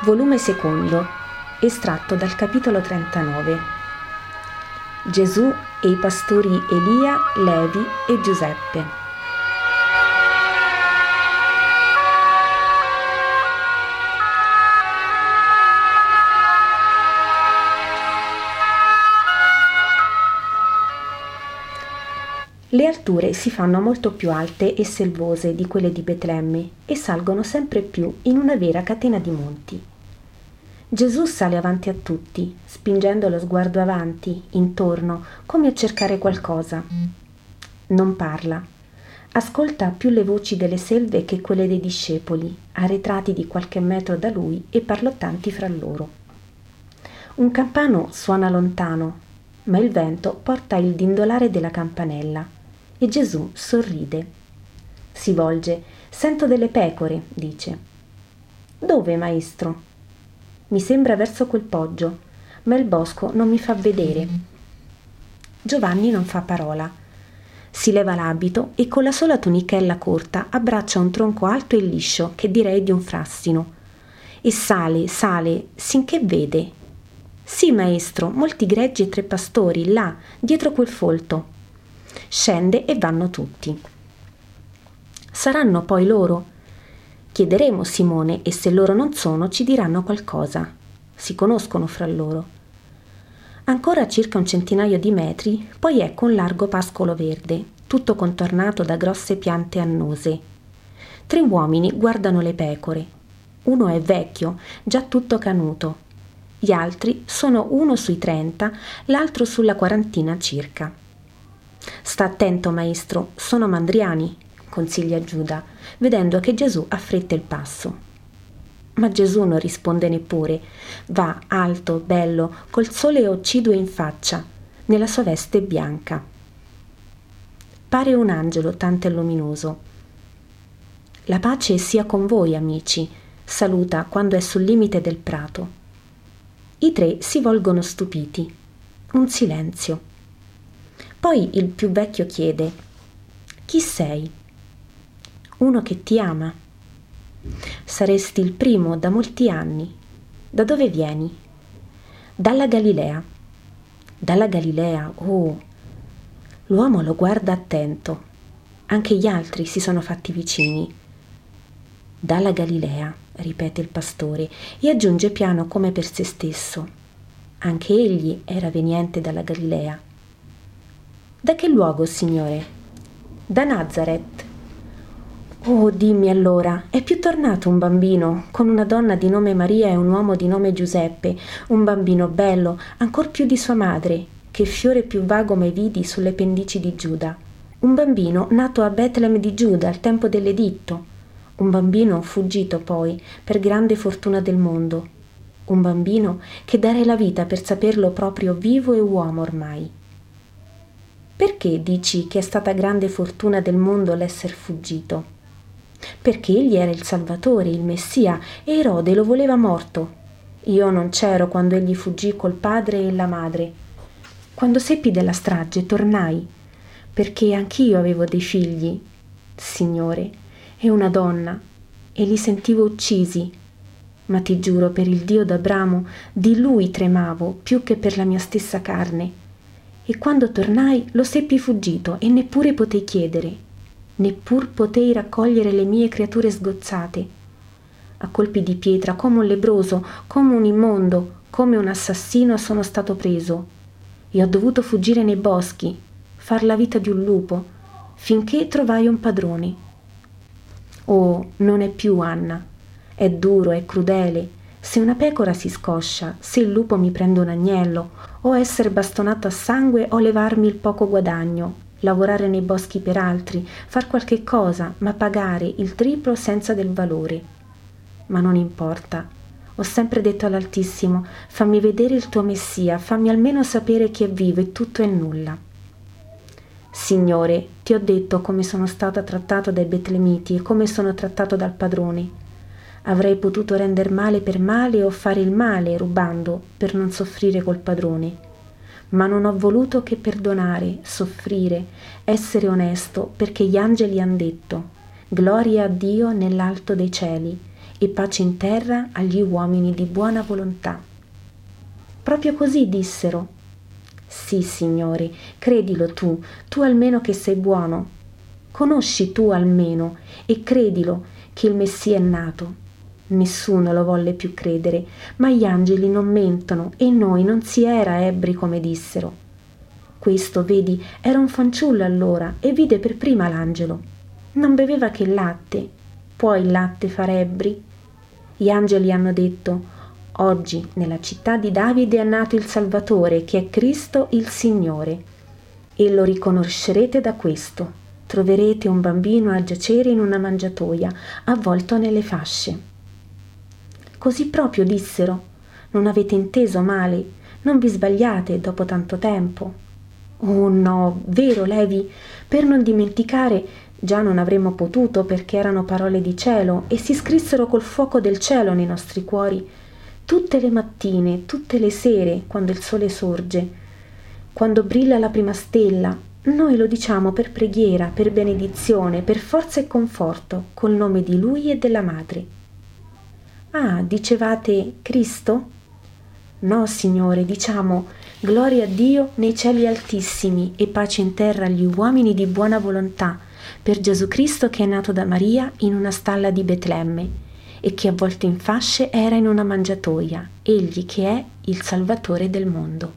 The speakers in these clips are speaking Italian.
Volume secondo, estratto dal capitolo 39. Gesù e i pastori Elia, Levi e Giuseppe. Le alture si fanno molto più alte e selvose di quelle di Betlemme e salgono sempre più in una vera catena di monti. Gesù sale avanti a tutti, spingendo lo sguardo avanti, intorno, come a cercare qualcosa. Non parla. Ascolta più le voci delle selve che quelle dei discepoli, arretrati di qualche metro da lui e parlottanti fra loro. Un campano suona lontano, ma il vento porta il dindolare della campanella. E Gesù sorride. Si volge. Sento delle pecore, dice. Dove, maestro? Mi sembra verso quel poggio, ma il bosco non mi fa vedere. Giovanni non fa parola. Si leva l'abito e con la sola tunichella corta abbraccia un tronco alto e liscio, che direi di un frassino. E sale, sinché vede. Sì, maestro, molti greggi e 3 pastori, là, dietro quel folto. Scende e vanno tutti. Saranno poi loro? Chiederemo Simone e se loro non sono ci diranno qualcosa. Si conoscono fra loro. Ancora circa un centinaio di metri, poi ecco un largo pascolo verde, tutto contornato da grosse piante annose. 3 uomini guardano le pecore. Uno è vecchio, già tutto canuto. Gli altri sono uno sui 30, l'altro sulla 40 circa. Sta attento, maestro, sono mandriani, consiglia Giuda, vedendo che Gesù affretta il passo. Ma Gesù non risponde neppure. Va alto, bello, col sole occiduo in faccia, nella sua veste bianca. Pare un angelo, tanto è luminoso. La pace sia con voi, amici, saluta quando è sul limite del prato. I 3 si volgono stupiti. Un silenzio. Poi il più vecchio chiede: chi sei? Uno che ti ama. Saresti il primo da molti anni. Da dove vieni? Dalla Galilea. Dalla Galilea, oh! L'uomo lo guarda attento. Anche gli altri si sono fatti vicini. Dalla Galilea, ripete il pastore e aggiunge piano come per se stesso. Anche egli era veniente dalla Galilea. Da che luogo, signore? Da Nazaret. Oh, dimmi allora, è più tornato un bambino, con una donna di nome Maria e un uomo di nome Giuseppe, un bambino bello, ancor più di sua madre, che fiore più vago mai vidi sulle pendici di Giuda. Un bambino nato a Betlemme di Giuda al tempo dell'editto. Un bambino fuggito poi, per grande fortuna del mondo. Un bambino che darei la vita per saperlo proprio vivo e uomo ormai. Perché dici che è stata grande fortuna del mondo l'esser fuggito? Perché egli era il Salvatore, il Messia, e Erode lo voleva morto. Io non c'ero quando egli fuggì col padre e la madre. Quando seppi della strage tornai, perché anch'io avevo dei figli, Signore, e una donna, e li sentivo uccisi. Ma ti giuro per il Dio d'Abramo, di lui tremavo più che per la mia stessa carne. E quando tornai lo seppi fuggito e neppure potei chiedere, neppur potei raccogliere le mie creature sgozzate. A colpi di pietra, come un lebbroso, come un immondo, come un assassino sono stato preso. E ho dovuto fuggire nei boschi, far la vita di un lupo, finché trovai un padrone. Oh, non è più Anna. È duro, è crudele. Se una pecora si scoscia, se il lupo mi prende un agnello, o essere bastonato a sangue o levarmi il poco guadagno, lavorare nei boschi per altri, far qualche cosa, ma pagare il triplo senza del valore. Ma non importa. Ho sempre detto all'Altissimo: fammi vedere il tuo Messia, fammi almeno sapere chi è vivo e tutto è nulla. Signore, ti ho detto come sono stata trattato dai betlemiti e come sono trattato dal padrone. Avrei potuto render male per male o fare il male rubando per non soffrire col padrone. Ma non ho voluto che perdonare, soffrire, essere onesto, perché gli angeli han detto: gloria a Dio nell'alto dei cieli e pace in terra agli uomini di buona volontà. Proprio così dissero. Sì, Signore, credilo tu almeno che sei buono. Conosci tu almeno e credilo che il Messia è nato. Nessuno lo volle più credere, ma gli angeli non mentono e noi non si era ebbri come dissero. Questo, vedi, era un fanciullo allora e vide per prima l'angelo. Non beveva che latte. Può il latte far ebbri? Gli angeli hanno detto: oggi nella città di Davide è nato il Salvatore, che è Cristo il Signore. E lo riconoscerete da questo. Troverete un bambino a giacere in una mangiatoia, avvolto nelle fasce. Così proprio dissero. Non avete inteso male, non vi sbagliate dopo tanto tempo. Oh no, vero Levi, per non dimenticare, già non avremmo potuto perché erano parole di cielo e si scrissero col fuoco del cielo nei nostri cuori. Tutte le mattine, tutte le sere, quando il sole sorge, quando brilla la prima stella, noi lo diciamo per preghiera, per benedizione, per forza e conforto, col nome di Lui e della Madre. Ah, dicevate Cristo? No, Signore, diciamo gloria a Dio nei cieli altissimi e pace in terra agli uomini di buona volontà, per Gesù Cristo che è nato da Maria in una stalla di Betlemme e che avvolto in fasce era in una mangiatoia, egli che è il Salvatore del mondo.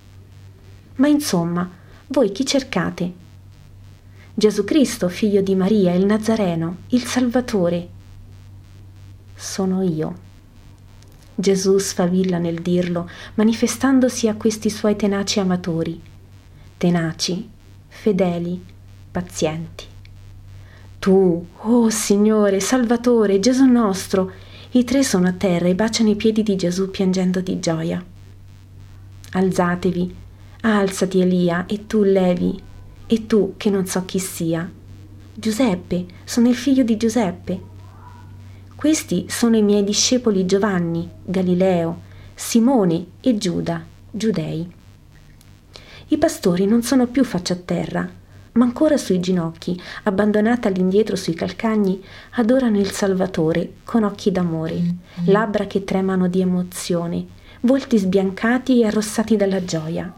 Ma insomma, voi chi cercate? Gesù Cristo, figlio di Maria, il Nazareno, il Salvatore. Sono io. Gesù sfavilla nel dirlo, manifestandosi a questi suoi tenaci amatori, tenaci, fedeli, pazienti. Tu, oh Signore, Salvatore, Gesù nostro, i tre sono a terra e baciano i piedi di Gesù piangendo di gioia. Alzatevi, alzati Elia, e tu Levi, e tu che non so chi sia. Giuseppe, sono il figlio di Giuseppe. Questi sono i miei discepoli Giovanni, Galileo, Simone e Giuda, giudei. I pastori non sono più faccia a terra, ma ancora sui ginocchi, abbandonati all'indietro sui calcagni, adorano il Salvatore con occhi d'amore, labbra che tremano di emozione, volti sbiancati e arrossati dalla gioia.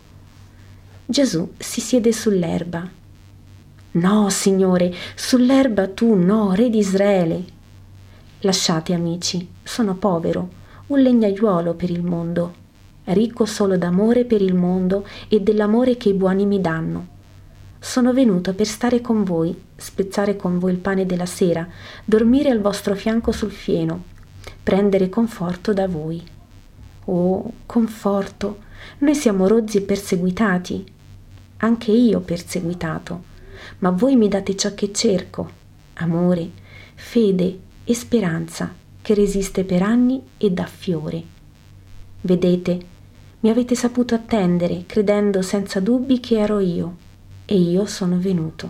Gesù si siede sull'erba. No, Signore, sull'erba tu no, Re di Israele. Lasciate, amici, sono povero, un legnaiuolo per il mondo, ricco solo d'amore per il mondo e dell'amore che i buoni mi danno. Sono venuto per stare con voi, spezzare con voi il pane della sera, dormire al vostro fianco sul fieno, prendere conforto da voi. Oh, conforto! Noi siamo rozzi e perseguitati. Anche io perseguitato. Ma voi mi date ciò che cerco, amore, fede e speranza che resiste per anni e dà fiore. Vedete, mi avete saputo attendere, credendo senza dubbi che ero io, e io sono venuto.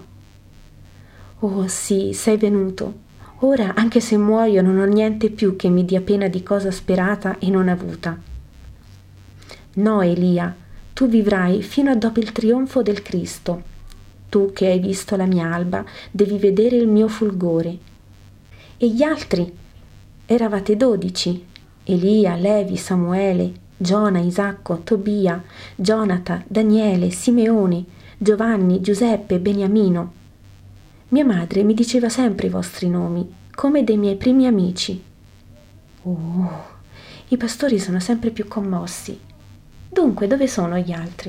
Oh sì, sei venuto. Ora, anche se muoio, non ho niente più che mi dia pena di cosa sperata e non avuta. No, Elia, tu vivrai fino a dopo il trionfo del Cristo. Tu che hai visto la mia alba, devi vedere il mio fulgore. E gli altri? Eravate 12, Elia, Levi, Samuele, Giona, Isacco, Tobia, Gionata, Daniele, Simeone, Giovanni, Giuseppe, Beniamino. Mia madre mi diceva sempre i vostri nomi, come dei miei primi amici. Oh, i pastori sono sempre più commossi. Dunque, dove sono gli altri?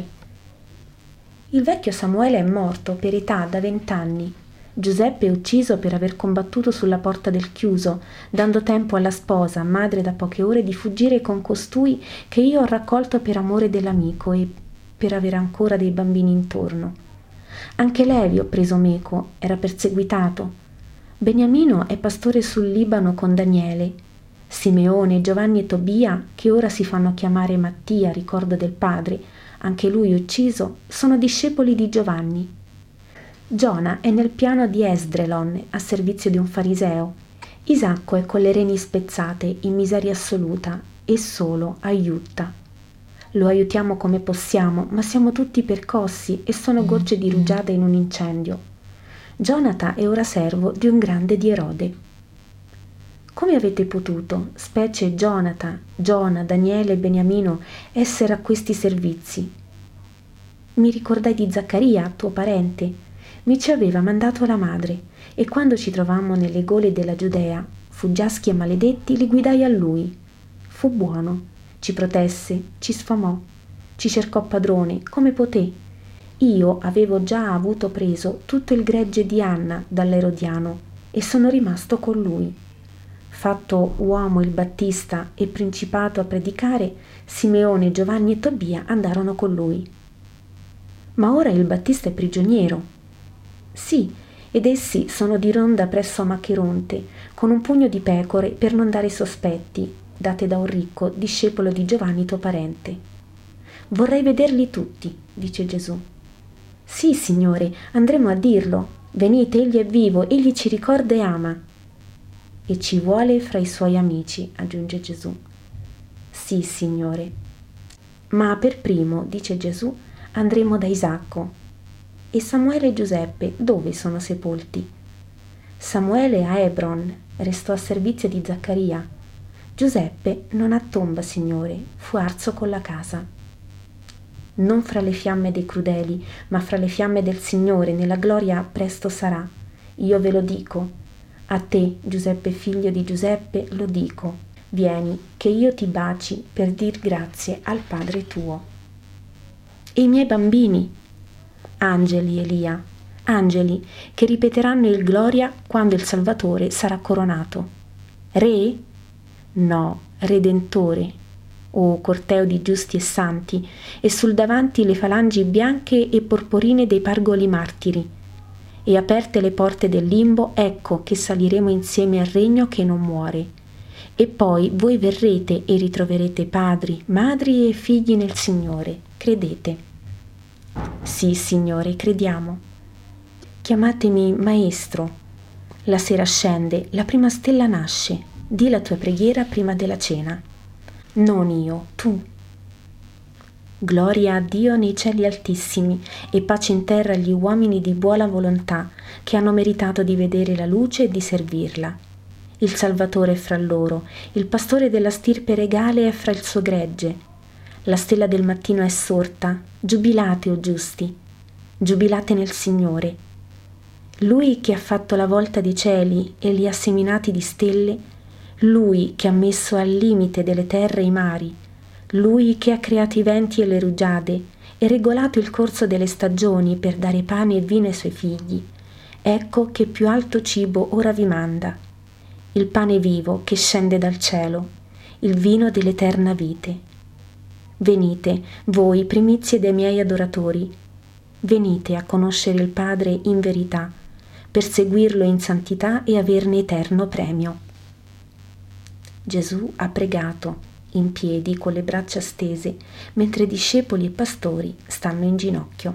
Il vecchio Samuele è morto per età da 20 anni. Giuseppe è ucciso per aver combattuto sulla porta del chiuso, dando tempo alla sposa, madre da poche ore, di fuggire con costui che io ho raccolto per amore dell'amico e per avere ancora dei bambini intorno. Anche Levi ho preso meco, era perseguitato. Beniamino è pastore sul Libano con Daniele. Simeone, Giovanni e Tobia, che ora si fanno chiamare Mattia, ricordo del padre, anche lui ucciso, sono discepoli di Giovanni. Giona è nel piano di Esdrelon, a servizio di un fariseo. Isacco è con le reni spezzate, in miseria assoluta, e solo aiuta. Lo aiutiamo come possiamo, ma siamo tutti percossi e sono gocce di rugiada in un incendio. Gionata è ora servo di un grande di Erode. come avete potuto, specie Giona, Daniele e Beniamino, essere a questi servizi? Mi ricordai di Zaccaria, tuo parente. Mi ci aveva mandato la madre, e quando ci trovammo nelle gole della Giudea, fuggiaschi e maledetti, li guidai a lui. Fu buono, ci protesse, ci sfamò, ci cercò padrone, come poté. Io avevo già avuto preso tutto il gregge di Anna dall'Erodiano, e sono rimasto con lui. Fatto uomo il Battista e principato a predicare, Simeone, Giovanni e Tobia andarono con lui. Ma ora il Battista è prigioniero. Sì, ed essi sono di ronda presso Macheronte, con un pugno di pecore per non dare sospetti, date da un ricco discepolo di Giovanni tuo parente. Vorrei vederli tutti, dice Gesù. Sì, Signore, andremo a dirlo. Venite, egli è vivo, egli ci ricorda e ama. E ci vuole fra i suoi amici, aggiunge Gesù. Sì, Signore. Ma per primo, dice Gesù, andremo da Isacco. E Samuele e Giuseppe dove sono sepolti? Samuele a Hebron, restò a servizio di Zaccaria. Giuseppe non ha tomba, Signore, fu arso con la casa. Non fra le fiamme dei crudeli, ma fra le fiamme del Signore, nella gloria presto sarà. Io ve lo dico. A te, Giuseppe figlio di Giuseppe, lo dico. Vieni, che io ti baci per dir grazie al Padre tuo. E i miei bambini? Angeli, Elia, angeli che ripeteranno il gloria quando il Salvatore sarà coronato. Re? No, Redentore. O corteo di giusti e santi, e sul davanti le falangi bianche e porporine dei pargoli martiri. E aperte le porte del limbo, ecco che saliremo insieme al regno che non muore. E poi voi verrete e ritroverete padri, madri e figli nel Signore. Credete? Sì, Signore, crediamo. Chiamatemi Maestro. La sera scende, la prima stella nasce. Di la tua preghiera prima della cena. Non io, tu. Gloria a Dio nei cieli altissimi e pace in terra agli uomini di buona volontà che hanno meritato di vedere la luce e di servirla. Il Salvatore è fra loro, il pastore della stirpe regale è fra il suo gregge. La stella del mattino è sorta, giubilate o giusti, giubilate nel Signore. Lui che ha fatto la volta dei cieli e li ha seminati di stelle, Lui che ha messo al limite delle terre i mari, Lui che ha creato i venti e le rugiade e regolato il corso delle stagioni per dare pane e vino ai suoi figli, ecco che più alto cibo ora vi manda, il pane vivo che scende dal cielo, il vino dell'eterna vite. Venite, voi primizie dei miei adoratori, venite a conoscere il Padre in verità, per seguirlo in santità e averne eterno premio. Gesù ha pregato, in piedi con le braccia stese, mentre discepoli e pastori stanno in ginocchio.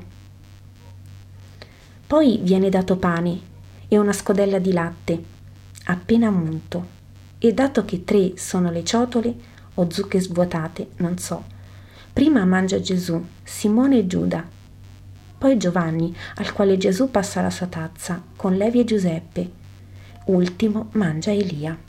Poi viene dato pane e una scodella di latte, appena munto, e dato che 3 sono le ciotole o zucche svuotate, non so, prima mangia Gesù, Simone e Giuda, poi Giovanni, al quale Gesù passa la sua tazza, con Levi e Giuseppe, ultimo mangia Elia.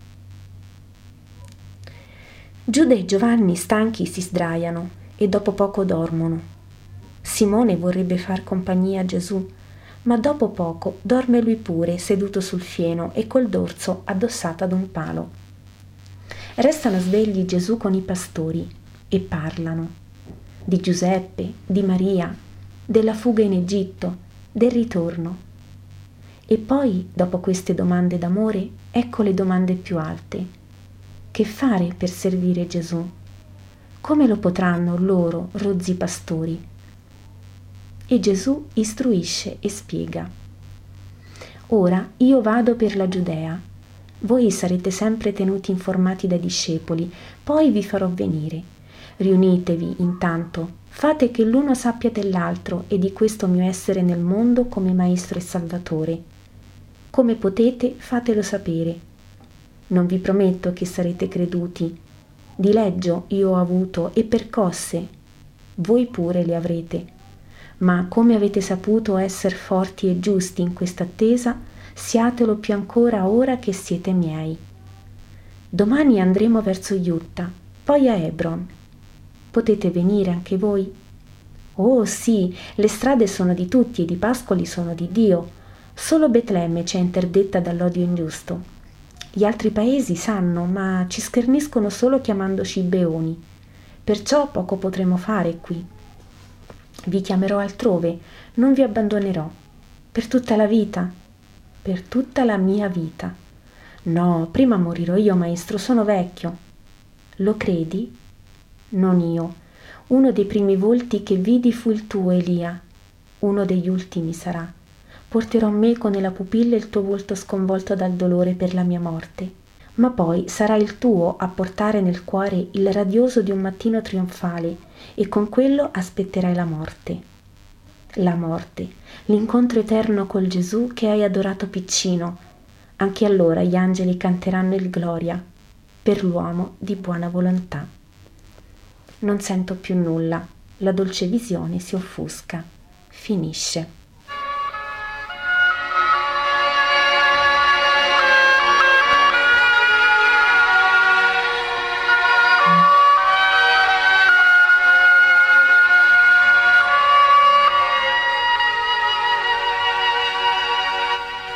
Giuda e Giovanni, stanchi, si sdraiano e dopo poco dormono. Simone vorrebbe far compagnia a Gesù, ma dopo poco dorme lui pure seduto sul fieno e col dorso addossato ad un palo. Restano svegli Gesù con i pastori e parlano di Giuseppe, di Maria, della fuga in Egitto, del ritorno. E poi, dopo queste domande d'amore, ecco le domande più alte. Che fare per servire Gesù? Come lo potranno loro, rozzi pastori? E Gesù istruisce e spiega. Ora io vado per la Giudea. Voi sarete sempre tenuti informati dai discepoli, poi vi farò venire. Riunitevi intanto, fate che l'uno sappia dell'altro e di questo mio essere nel mondo come Maestro e Salvatore. Come potete, fatelo sapere. Non vi prometto che sarete creduti. Dileggio io ho avuto e percosse, voi pure le avrete. Ma come avete saputo esser forti e giusti in questa attesa, siatelo più ancora ora che siete miei. Domani andremo verso Utah, poi a Hebron. Potete venire anche voi? Oh sì, le strade sono di tutti ed i pascoli sono di Dio. Solo Betlemme ci è interdetta dall'odio ingiusto. Gli altri paesi sanno, ma ci scherniscono solo chiamandoci beoni. Perciò poco potremo fare qui. Vi chiamerò altrove, non vi abbandonerò. Per tutta la vita, per tutta la mia vita. No, prima morirò io, maestro, sono vecchio. Lo credi? Non io. Uno dei primi volti che vidi fu il tuo, Elia. Uno degli ultimi sarà. Porterò meco nella pupilla il tuo volto sconvolto dal dolore per la mia morte. Ma poi sarà il tuo a portare nel cuore il radioso di un mattino trionfale e con quello aspetterai la morte. La morte, l'incontro eterno col Gesù che hai adorato piccino. Anche allora gli angeli canteranno il gloria per l'uomo di buona volontà. Non sento più nulla, la dolce visione si offusca, finisce.